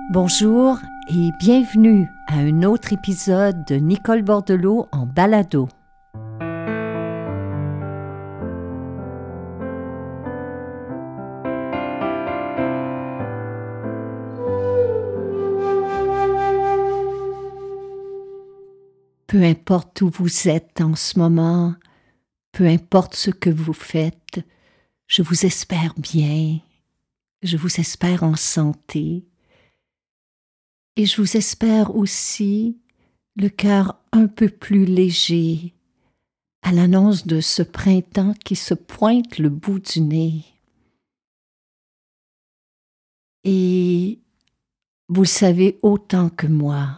Bonjour et bienvenue à un autre épisode de Nicole Bordelot en balado. Peu importe où vous êtes en ce moment, peu importe ce que vous faites, je vous espère bien, je vous espère en santé et je vous espère aussi le cœur un peu plus léger à l'annonce de ce printemps qui se pointe le bout du nez. Et vous le savez autant que moi,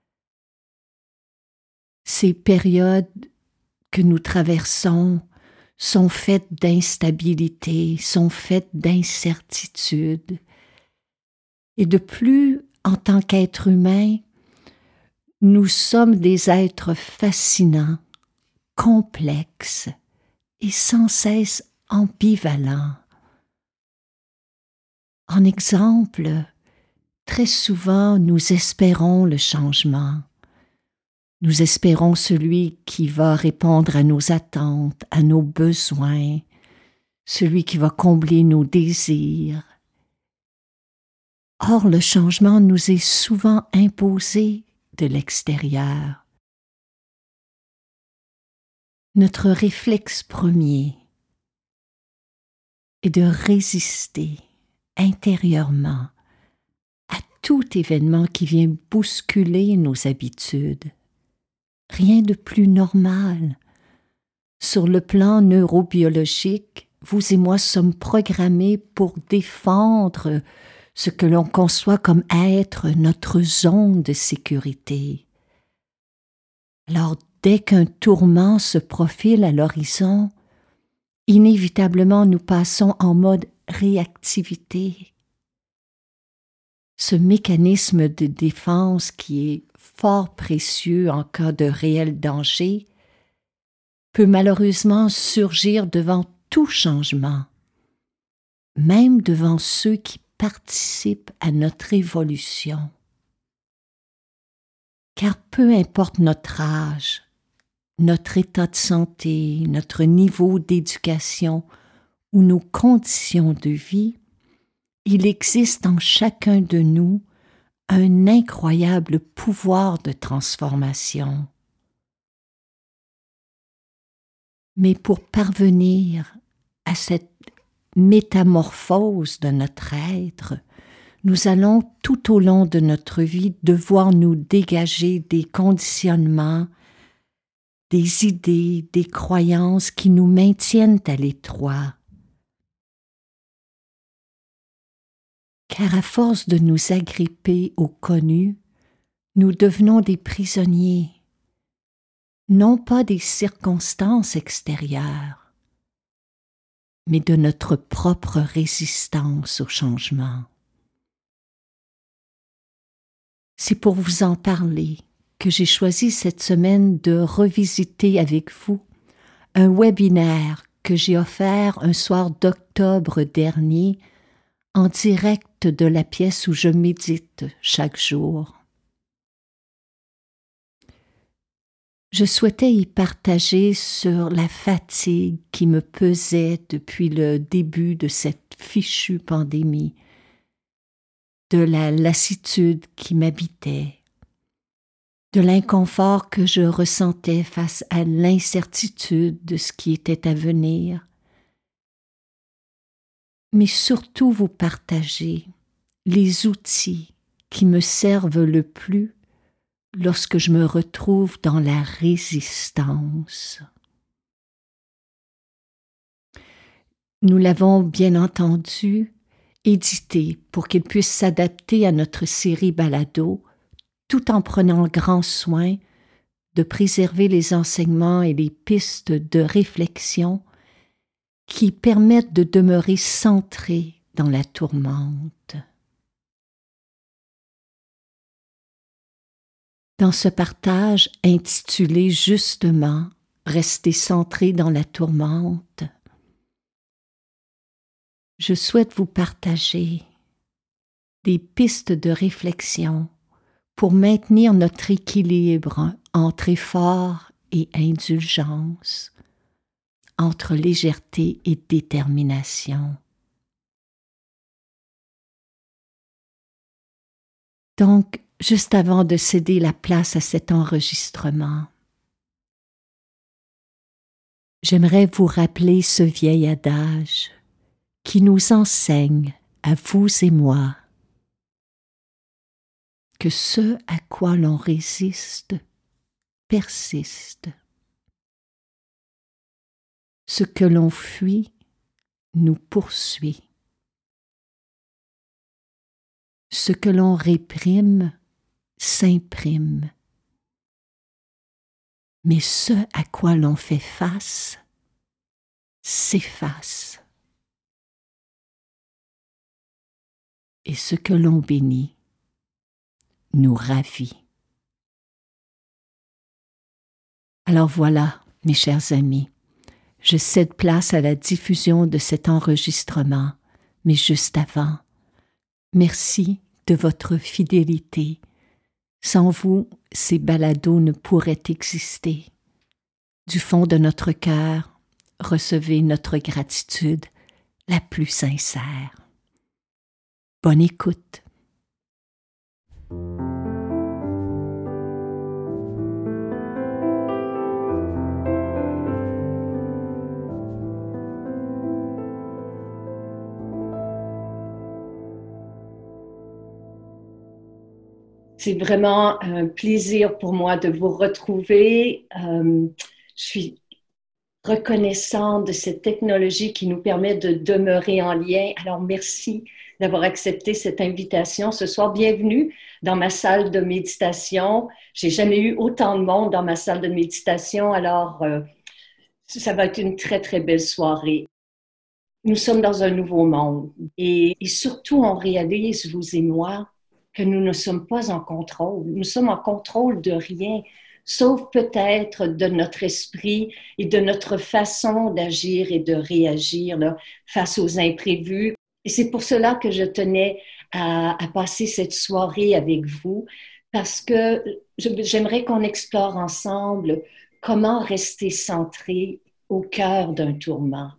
ces périodes que nous traversons sont faites d'instabilité, sont faites d'incertitude. Et de plus, en tant qu'être humain, nous sommes des êtres fascinants, complexes et sans cesse ambivalents. En exemple, très souvent nous espérons le changement. Nous espérons celui qui va répondre à nos attentes, à nos besoins, celui qui va combler nos désirs. Or, le changement nous est souvent imposé de l'extérieur. Notre réflexe premier est de résister intérieurement à tout événement qui vient bousculer nos habitudes. Rien de plus normal. Sur le plan neurobiologique, vous et moi sommes programmés pour défendre ce que l'on conçoit comme être notre zone de sécurité. Alors, dès qu'un tourment se profile à l'horizon, inévitablement nous passons en mode réactivité. Ce mécanisme de défense qui est fort précieux en cas de réel danger peut malheureusement surgir devant tout changement, même devant ceux qui participent à notre évolution. Car peu importe notre âge, notre état de santé, notre niveau d'éducation ou nos conditions de vie, il existe en chacun de nous un incroyable pouvoir de transformation. Mais pour parvenir à cette métamorphose de notre être, nous allons tout au long de notre vie devoir nous dégager des conditionnements, des idées, des croyances qui nous maintiennent à l'étroit. Car à force de nous agripper au connu, nous devenons des prisonniers, non pas des circonstances extérieures, mais de notre propre résistance au changement. C'est pour vous en parler que j'ai choisi cette semaine de revisiter avec vous un webinaire que j'ai offert un soir d'octobre dernier en direct de la pièce où je médite chaque jour. Je souhaitais y partager sur la fatigue qui me pesait depuis le début de cette fichue pandémie, de la lassitude qui m'habitait, de l'inconfort que je ressentais face à l'incertitude de ce qui était à venir, mais surtout vous partager les outils qui me servent le plus lorsque je me retrouve dans la résistance. Nous l'avons bien entendu édité pour qu'il puisse s'adapter à notre série balado, tout en prenant grand soin de préserver les enseignements et les pistes de réflexion qui permettent de demeurer centrés dans la tourmente. Dans ce partage intitulé justement « Rester centré dans la tourmente », je souhaite vous partager des pistes de réflexion pour maintenir notre équilibre entre effort et indulgence, entre légèreté et détermination. Donc, juste avant de céder la place à cet enregistrement, j'aimerais vous rappeler ce vieil adage qui nous enseigne, à vous et moi, que ce à quoi l'on résiste persiste. Ce que l'on fuit nous poursuit. Ce que l'on réprime s'imprime. Mais ce à quoi l'on fait face s'efface. Et ce que l'on bénit nous ravit. Alors voilà, mes chers amis, je cède place à la diffusion de cet enregistrement, mais juste avant, merci de votre fidélité. Sans vous, ces balados ne pourraient exister. Du fond de notre cœur, recevez notre gratitude la plus sincère. Bonne écoute. C'est vraiment un plaisir pour moi de vous retrouver. Je suis reconnaissante de cette technologie qui nous permet de demeurer en lien. Alors, merci d'avoir accepté cette invitation ce soir. Bienvenue dans ma salle de méditation. J'ai jamais eu autant de monde dans ma salle de méditation. Alors, ça va être une très, très belle soirée. Nous sommes dans un nouveau monde et surtout, on réalise, vous et moi, que nous ne sommes pas en contrôle. Nous sommes en contrôle de rien, sauf peut-être de notre esprit et de notre façon d'agir et de réagir là, face aux imprévus. Et c'est pour cela que je tenais à passer cette soirée avec vous, parce que j'aimerais qu'on explore ensemble comment rester centré au cœur d'un tourment.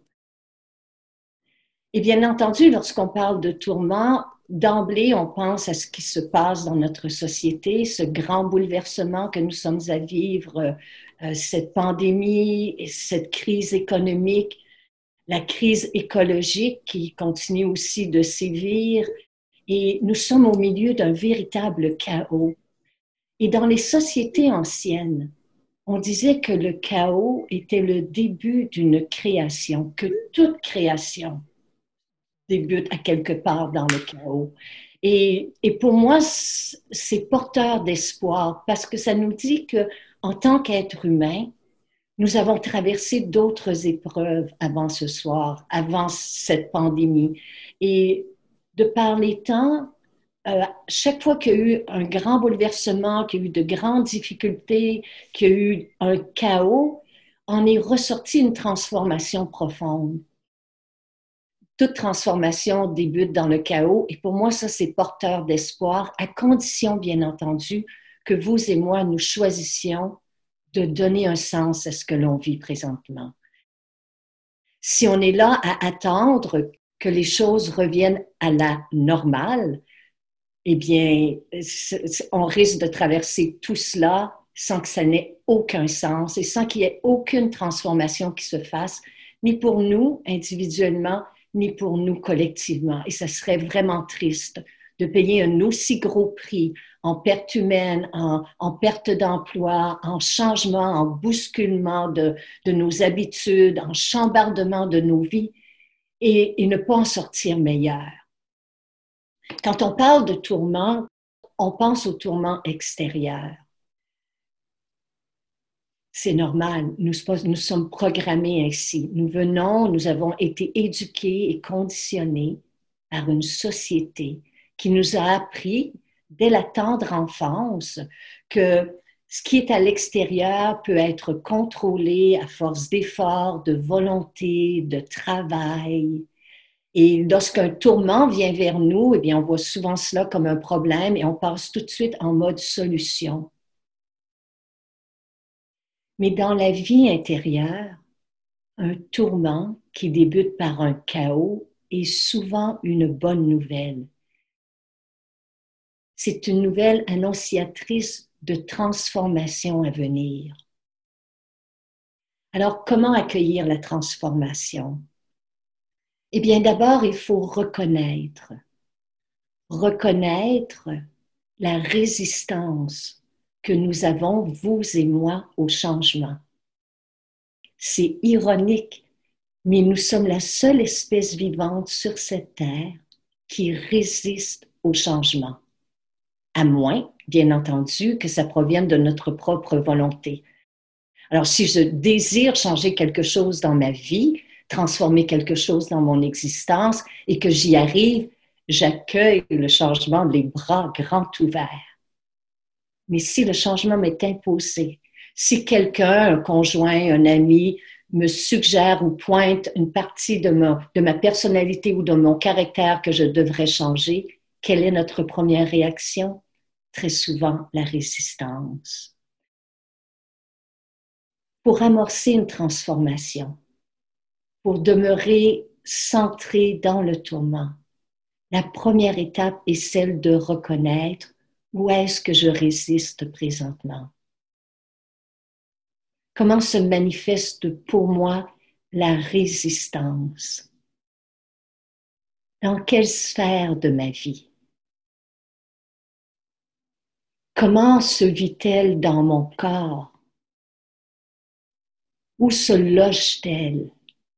Et bien entendu, lorsqu'on parle de tourment, d'emblée, on pense à ce qui se passe dans notre société, ce grand bouleversement que nous sommes à vivre, cette pandémie, cette crise économique, la crise écologique qui continue aussi de sévir. Et nous sommes au milieu d'un véritable chaos. Et dans les sociétés anciennes, on disait que le chaos était le début d'une création, que toute création débute à quelque part dans le chaos. Et pour moi, c'est porteur d'espoir parce que ça nous dit qu'en tant qu'être humain, nous avons traversé d'autres épreuves avant ce soir, avant cette pandémie. Et de par les temps, chaque fois qu'il y a eu un grand bouleversement, qu'il y a eu de grandes difficultés, qu'il y a eu un chaos, on est ressorti une transformation profonde. Toute transformation débute dans le chaos et pour moi, ça, c'est porteur d'espoir, à condition, bien entendu, que vous et moi, nous choisissions de donner un sens à ce que l'on vit présentement. Si on est là à attendre que les choses reviennent à la normale, eh bien, on risque de traverser tout cela sans que ça n'ait aucun sens et sans qu'il y ait aucune transformation qui se fasse, ni pour nous individuellement, ni pour nous collectivement. Et ça serait vraiment triste de payer un aussi gros prix en perte humaine, en perte d'emploi, en changement, en bousculement de nos habitudes, en chambardement de nos vies et ne pas en sortir meilleur. Quand on parle de tourment, on pense au tourment extérieur. C'est normal, nous sommes programmés ainsi. Nous avons été éduqués et conditionnés par une société qui nous a appris dès la tendre enfance que ce qui est à l'extérieur peut être contrôlé à force d'efforts, de volonté, de travail. Et lorsqu'un tourment vient vers nous, eh bien, on voit souvent cela comme un problème et on passe tout de suite en mode solution. Mais dans la vie intérieure, un tourment qui débute par un chaos est souvent une bonne nouvelle. C'est une nouvelle annonciatrice de transformation à venir. Alors, comment accueillir la transformation? Eh bien, d'abord, il faut reconnaître la résistance que nous avons, vous et moi, au changement. C'est ironique, mais nous sommes la seule espèce vivante sur cette terre qui résiste au changement. À moins, bien entendu, que ça provienne de notre propre volonté. Alors, si je désire changer quelque chose dans ma vie, transformer quelque chose dans mon existence et que j'y arrive, j'accueille le changement les bras grands ouverts. Mais si le changement m'est imposé, si quelqu'un, un conjoint, un ami, me suggère ou pointe une partie de ma personnalité ou de mon caractère que je devrais changer, quelle est notre première réaction? Très souvent, la résistance. Pour amorcer une transformation, pour demeurer centré dans le tourment, la première étape est celle de reconnaître où est-ce que je résiste présentement. Comment se manifeste pour moi la résistance? Dans quelle sphère de ma vie? Comment se vit-elle dans mon corps? Où se loge-t-elle?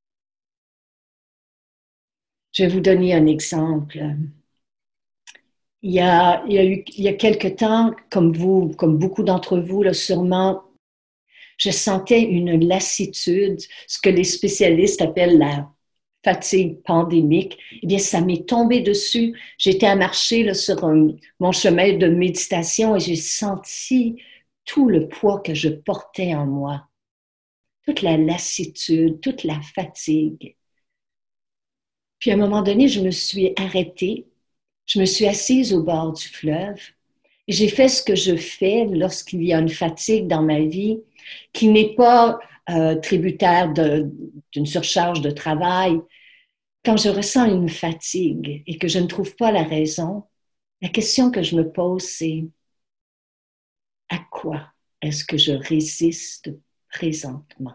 Je vais vous donner un exemple. Il y a quelque temps, comme beaucoup d'entre vous, là, sûrement, je sentais une lassitude, ce que les spécialistes appellent la fatigue pandémique. Eh bien, ça m'est tombé dessus. J'étais à marcher là, sur mon chemin de méditation et j'ai senti tout le poids que je portais en moi, toute la lassitude, toute la fatigue. Puis à un moment donné, je me suis arrêtée, je me suis assise au bord du fleuve et j'ai fait ce que je fais lorsqu'il y a une fatigue dans ma vie qui n'est pas tributaire d'une surcharge de travail. Quand je ressens une fatigue et que je ne trouve pas la raison, la question que je me pose, c'est à quoi est-ce que je résiste présentement?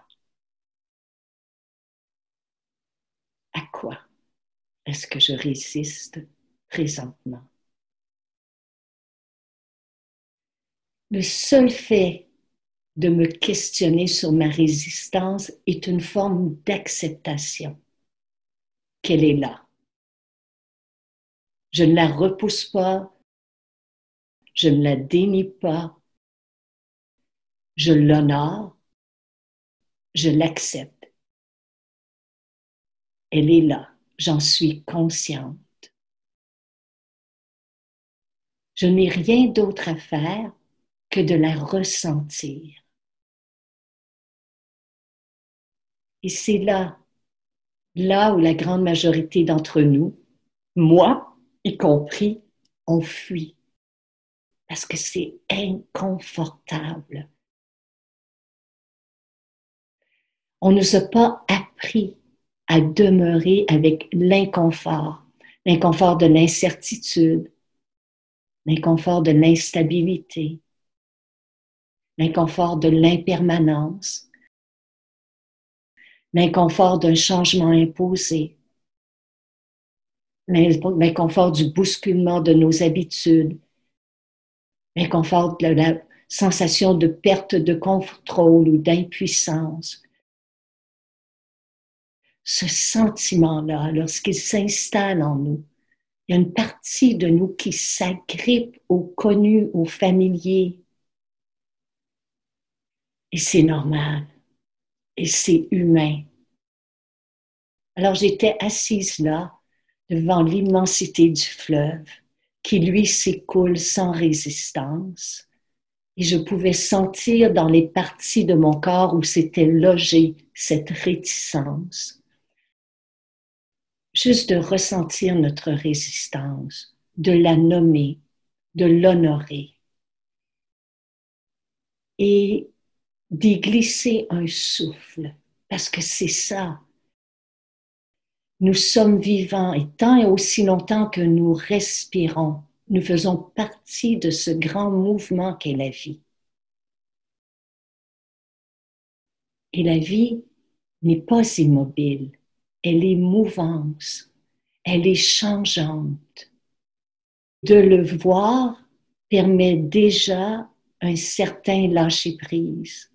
À quoi est-ce que je résiste présentement? Le seul fait de me questionner sur ma résistance est une forme d'acceptation qu'elle est là. Je ne la repousse pas, je ne la dénie pas, je l'honore, je l'accepte. Elle est là, j'en suis consciente. Je n'ai rien d'autre à faire que de la ressentir. Et c'est là où la grande majorité d'entre nous, moi y compris, on fuit. Parce que c'est inconfortable. On ne nous a pas appris à demeurer avec l'inconfort de l'incertitude, l'inconfort de l'instabilité, l'inconfort de l'impermanence, l'inconfort d'un changement imposé, l'inconfort du bousculement de nos habitudes, l'inconfort de la sensation de perte de contrôle ou d'impuissance. Ce sentiment-là, lorsqu'il s'installe en nous, il y a une partie de nous qui s'agrippe au connu, au familier. Et c'est normal. Et c'est humain. Alors j'étais assise là, devant l'immensité du fleuve, qui lui s'écoule sans résistance. Et je pouvais sentir dans les parties de mon corps où s'était logée cette réticence. juste de ressentir notre résistance, de la nommer, de l'honorer et d'y glisser un souffle, parce que c'est ça. Nous sommes vivants et tant et aussi longtemps que nous respirons, nous faisons partie de ce grand mouvement qu'est la vie. Et la vie n'est pas immobile, elle est mouvance, elle est changeante. De le voir permet déjà un certain lâcher-prise.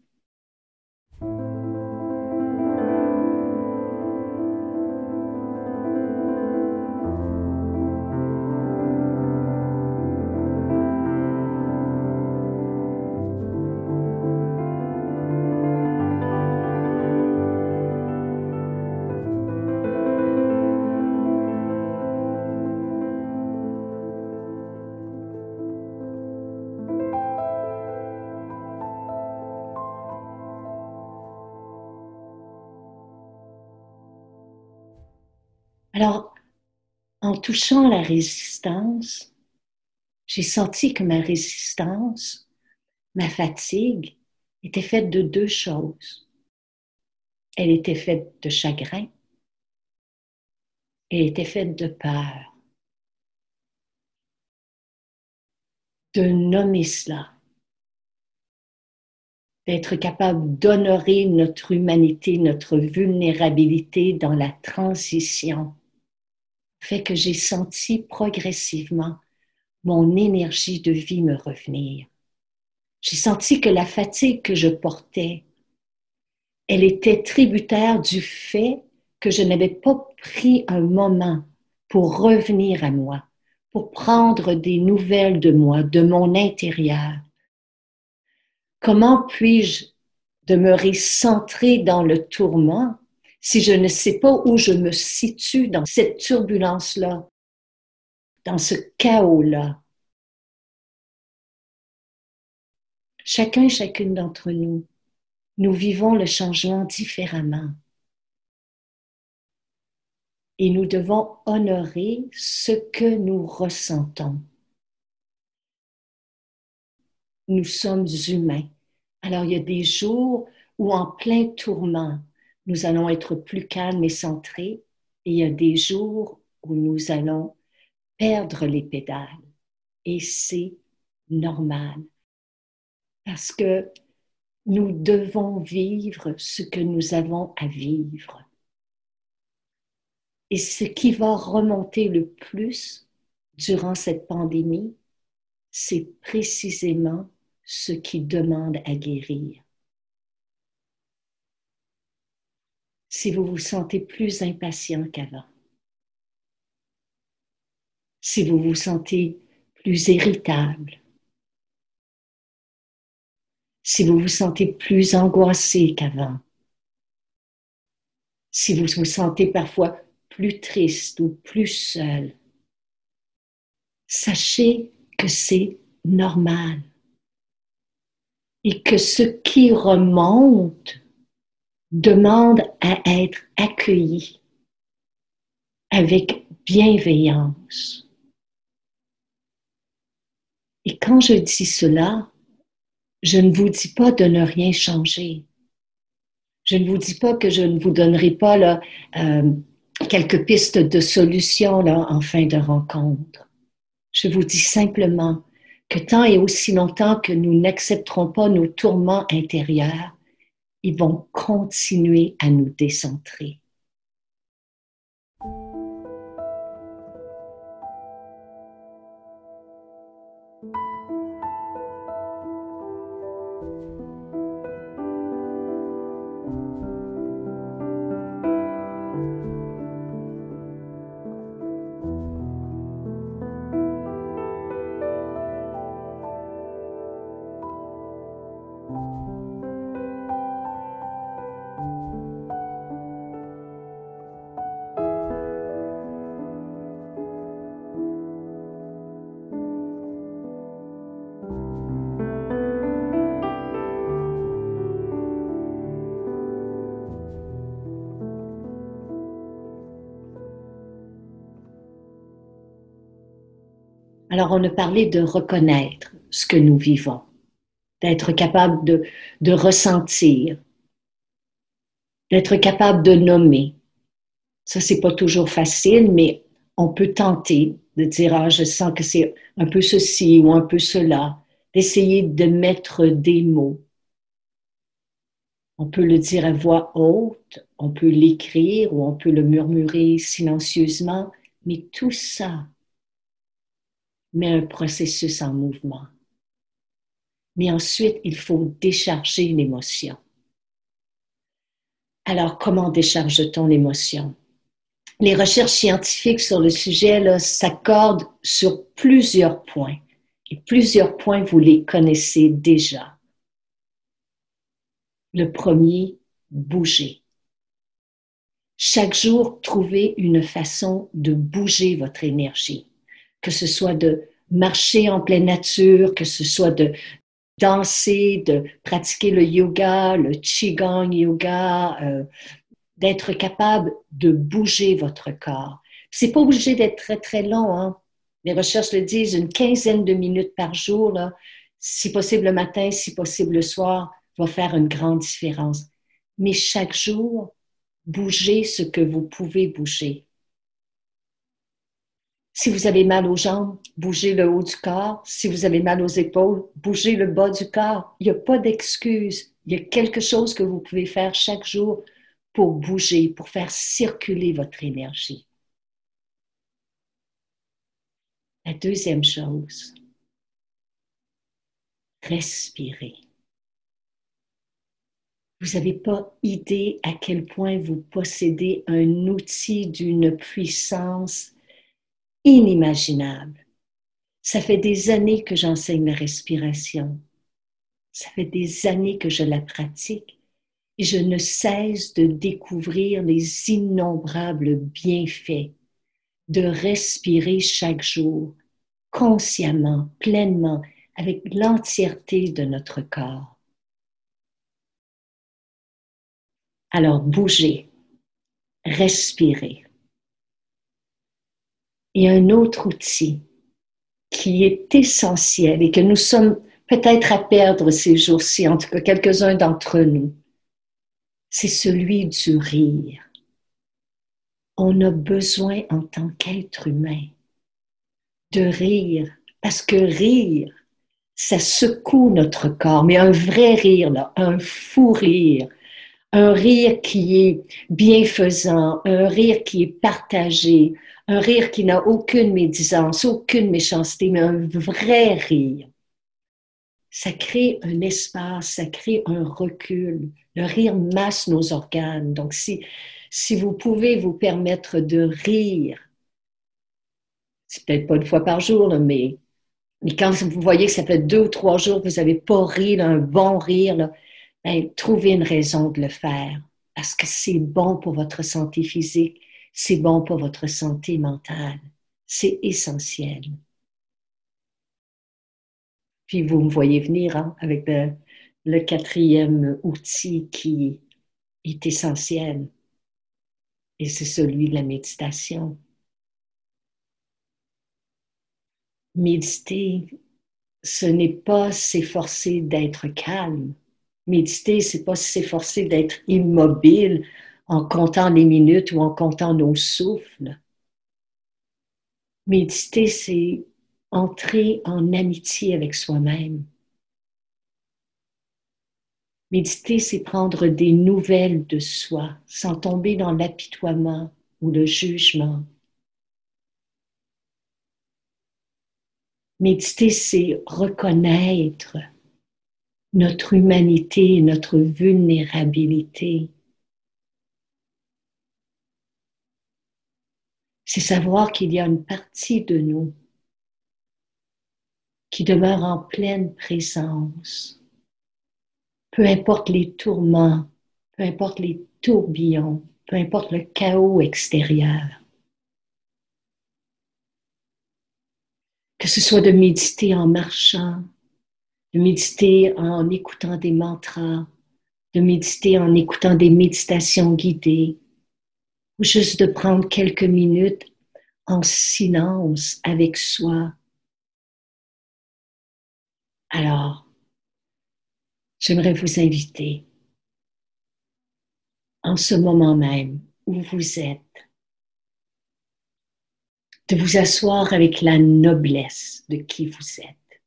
Alors, en touchant la résistance, j'ai senti que ma résistance, ma fatigue, était faite de deux choses. Elle était faite de chagrin, elle était faite de peur. De nommer cela, d'être capable d'honorer notre humanité, notre vulnérabilité dans la transition, fait que j'ai senti progressivement mon énergie de vie me revenir. J'ai senti que la fatigue que je portais, elle était tributaire du fait que je n'avais pas pris un moment pour revenir à moi, pour prendre des nouvelles de moi, de mon intérieur. Comment puis-je demeurer centré dans le tourment si je ne sais pas où je me situe dans cette turbulence-là, dans ce chaos-là? Chacun et chacune d'entre nous, nous vivons le changement différemment. Et nous devons honorer ce que nous ressentons. Nous sommes humains. Alors, il y a des jours où, en plein tourment, nous allons être plus calmes et centrés, et il y a des jours où nous allons perdre les pédales. Et c'est normal, parce que nous devons vivre ce que nous avons à vivre. Et ce qui va remonter le plus durant cette pandémie, c'est précisément ce qui demande à guérir. Si vous vous sentez plus impatient qu'avant, si vous vous sentez plus irritable, si vous vous sentez plus angoissé qu'avant, si vous vous sentez parfois plus triste ou plus seul, sachez que c'est normal et que ce qui remonte demande à être accueilli avec bienveillance. Et quand je dis cela, je ne vous dis pas de ne rien changer. Je ne vous dis pas que je ne vous donnerai pas là, quelques pistes de solutions là, en fin de rencontre. Je vous dis simplement que tant et aussi longtemps que nous n'accepterons pas nos tourments intérieurs, ils vont continuer à nous décentrer. Alors, on a parlé de reconnaître ce que nous vivons, d'être capable de ressentir, d'être capable de nommer. Ça, c'est pas toujours facile, mais on peut tenter de dire, ah, je sens que c'est un peu ceci ou un peu cela, d'essayer de mettre des mots. On peut le dire à voix haute, on peut l'écrire ou on peut le murmurer silencieusement, mais tout ça met un processus en mouvement. Mais ensuite, il faut décharger l'émotion. Alors, comment décharge-t-on l'émotion? Les recherches scientifiques sur le sujet là, s'accordent sur plusieurs points. Et plusieurs points, vous les connaissez déjà. Le premier, bouger. Chaque jour, trouvez une façon de bouger votre énergie. Que ce soit de marcher en pleine nature, que ce soit de danser, de pratiquer le yoga, le qigong yoga, d'être capable de bouger votre corps. C'est pas obligé d'être très, très long, hein. Les recherches le disent, une quinzaine de minutes par jour, là, si possible le matin, si possible le soir, va faire une grande différence. Mais chaque jour, bougez ce que vous pouvez bouger. Si vous avez mal aux jambes, bougez le haut du corps. Si vous avez mal aux épaules, bougez le bas du corps. Il n'y a pas d'excuse. Il y a quelque chose que vous pouvez faire chaque jour pour bouger, pour faire circuler votre énergie. La deuxième chose, respirez. Vous n'avez pas idée à quel point vous possédez un outil d'une puissance inimaginable. Ça fait des années que j'enseigne la respiration. Ça fait des années que je la pratique et je ne cesse de découvrir les innombrables bienfaits de respirer chaque jour, consciemment, pleinement, avec l'entièreté de notre corps. Alors, bougez, respirez. Et un autre outil qui est essentiel et que nous sommes peut-être à perdre ces jours-ci, en tout cas quelques-uns d'entre nous, c'est celui du rire. On a besoin en tant qu'être humain de rire, parce que rire, ça secoue notre corps, mais un vrai rire, là, un fou rire, un rire qui est bienfaisant, un rire qui est partagé, un rire qui n'a aucune médisance, aucune méchanceté, mais un vrai rire. Ça crée un espace, ça crée un recul. Le rire masse nos organes. Donc, si vous pouvez vous permettre de rire, c'est peut-être pas une fois par jour, là, mais quand vous voyez que ça fait 2 ou 3 jours que vous n'avez pas ri, là, un bon rire, là, ben, trouvez une raison de le faire. Parce que c'est bon pour votre santé physique, c'est bon pour votre santé mentale. C'est essentiel. Puis vous me voyez venir hein, avec le quatrième outil qui est essentiel. Et c'est celui de la méditation. Méditer, ce n'est pas s'efforcer d'être calme. Méditer, c'est pas s'efforcer d'être immobile en comptant les minutes ou en comptant nos souffles. Méditer, c'est entrer en amitié avec soi-même. Méditer, c'est prendre des nouvelles de soi sans tomber dans l'apitoiement ou le jugement. Méditer, c'est reconnaître notre humanité et notre vulnérabilité. C'est savoir qu'il y a une partie de nous qui demeure en pleine présence. Peu importe les tourments, peu importe les tourbillons, peu importe le chaos extérieur. Que ce soit de méditer en marchant, de méditer en écoutant des mantras, de méditer en écoutant des méditations guidées, ou juste de prendre quelques minutes en silence avec soi Alors, j'aimerais vous inviter, en ce moment même où vous êtes, de vous asseoir avec la noblesse de qui vous êtes.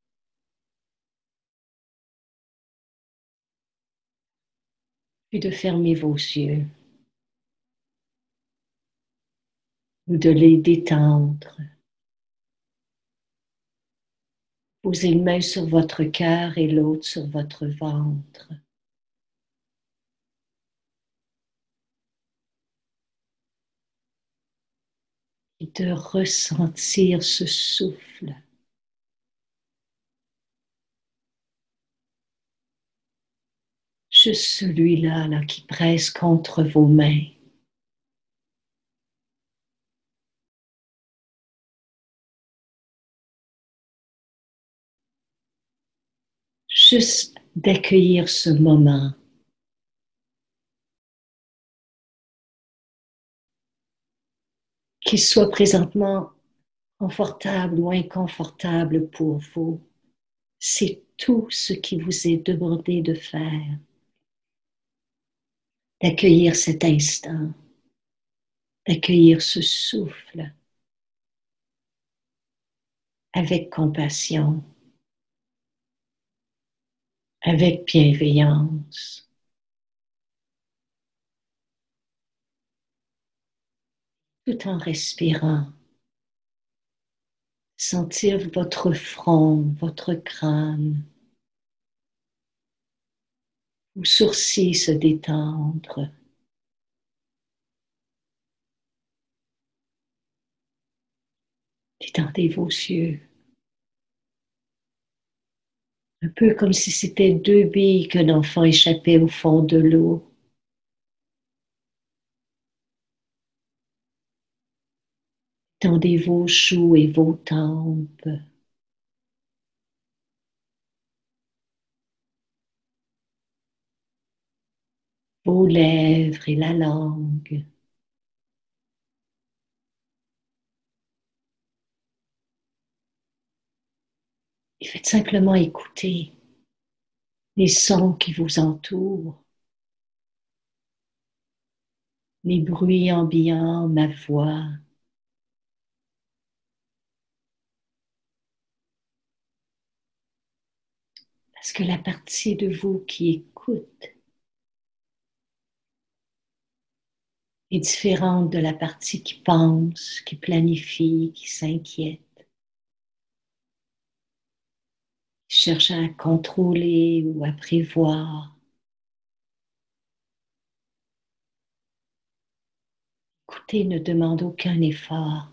Puis de fermer vos yeux ou de les détendre. Posez une main sur votre cœur et l'autre sur votre ventre. Et de ressentir ce souffle. Juste celui-là là, qui presse contre vos mains. Juste d'accueillir ce moment. Qu'il soit présentement confortable ou inconfortable pour vous. C'est tout ce qui vous est demandé de faire. D'accueillir cet instant. D'accueillir ce souffle. Avec compassion. Avec bienveillance. Tout en respirant. Sentir votre front, votre crâne, vos sourcils se détendre. Détendez vos yeux. Un peu comme si c'était deux billes qu'un enfant échappait au fond de l'eau. Détendez vos joues et vos tempes. Vos lèvres et la langue. Et faites simplement écouter les sons qui vous entourent, les bruits ambiants, ma voix. Parce que la partie de vous qui écoute est différente de la partie qui pense, qui planifie, qui s'inquiète, qui cherche à contrôler ou à prévoir. Écouter ne demande aucun effort,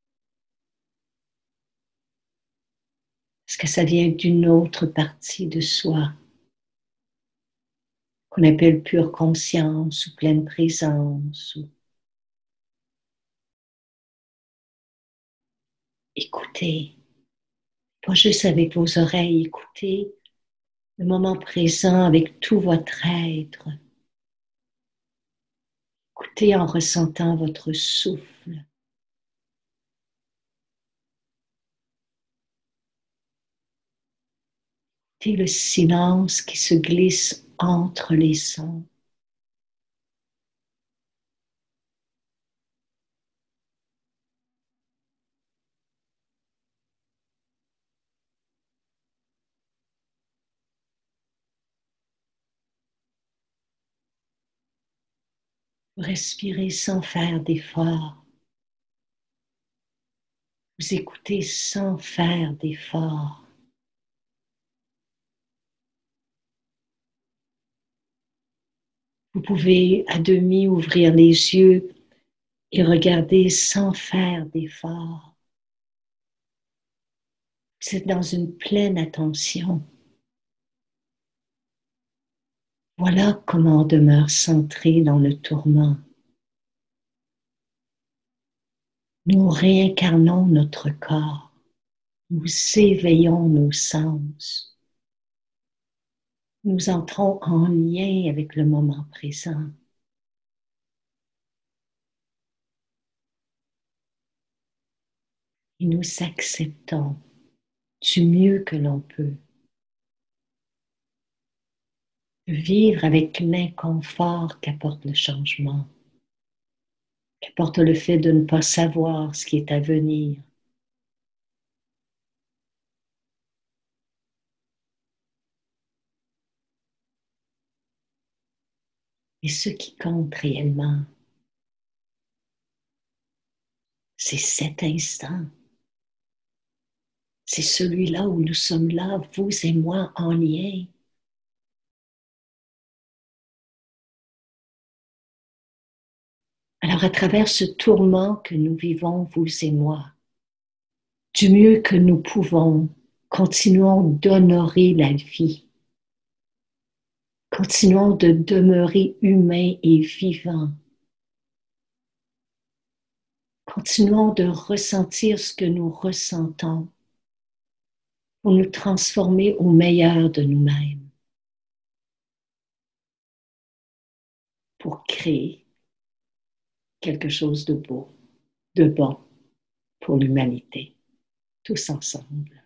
parce que ça vient d'une autre partie de soi, qu'on appelle pure conscience ou pleine présence. Écoutez, pas juste avec vos oreilles, écoutez le moment présent avec tout votre être. Écoutez en ressentant votre souffle. Écoutez le silence qui se glisse entre les sons. Vous respirez sans faire d'effort. Vous écoutez sans faire d'effort. Vous pouvez à demi ouvrir les yeux et regarder sans faire d'effort. Vous êtes dans une pleine attention. Voilà comment on demeure centré dans le tourment. Nous réincarnons notre corps. Nous éveillons nos sens. Nous entrons en lien avec le moment présent. Et nous acceptons du mieux que l'on peut de vivre avec l'inconfort qu'apporte le changement, qu'apporte le fait de ne pas savoir ce qui est à venir. Et ce qui compte réellement, c'est cet instant. C'est celui-là où nous sommes là, vous et moi, en lien. Alors, à travers ce tourment que nous vivons, vous et moi, du mieux que nous pouvons, continuons d'honorer la vie. Continuons de demeurer humains et vivants. Continuons de ressentir ce que nous ressentons pour nous transformer au meilleur de nous-mêmes, pour créer quelque chose de beau, de bon pour l'humanité, tous ensemble.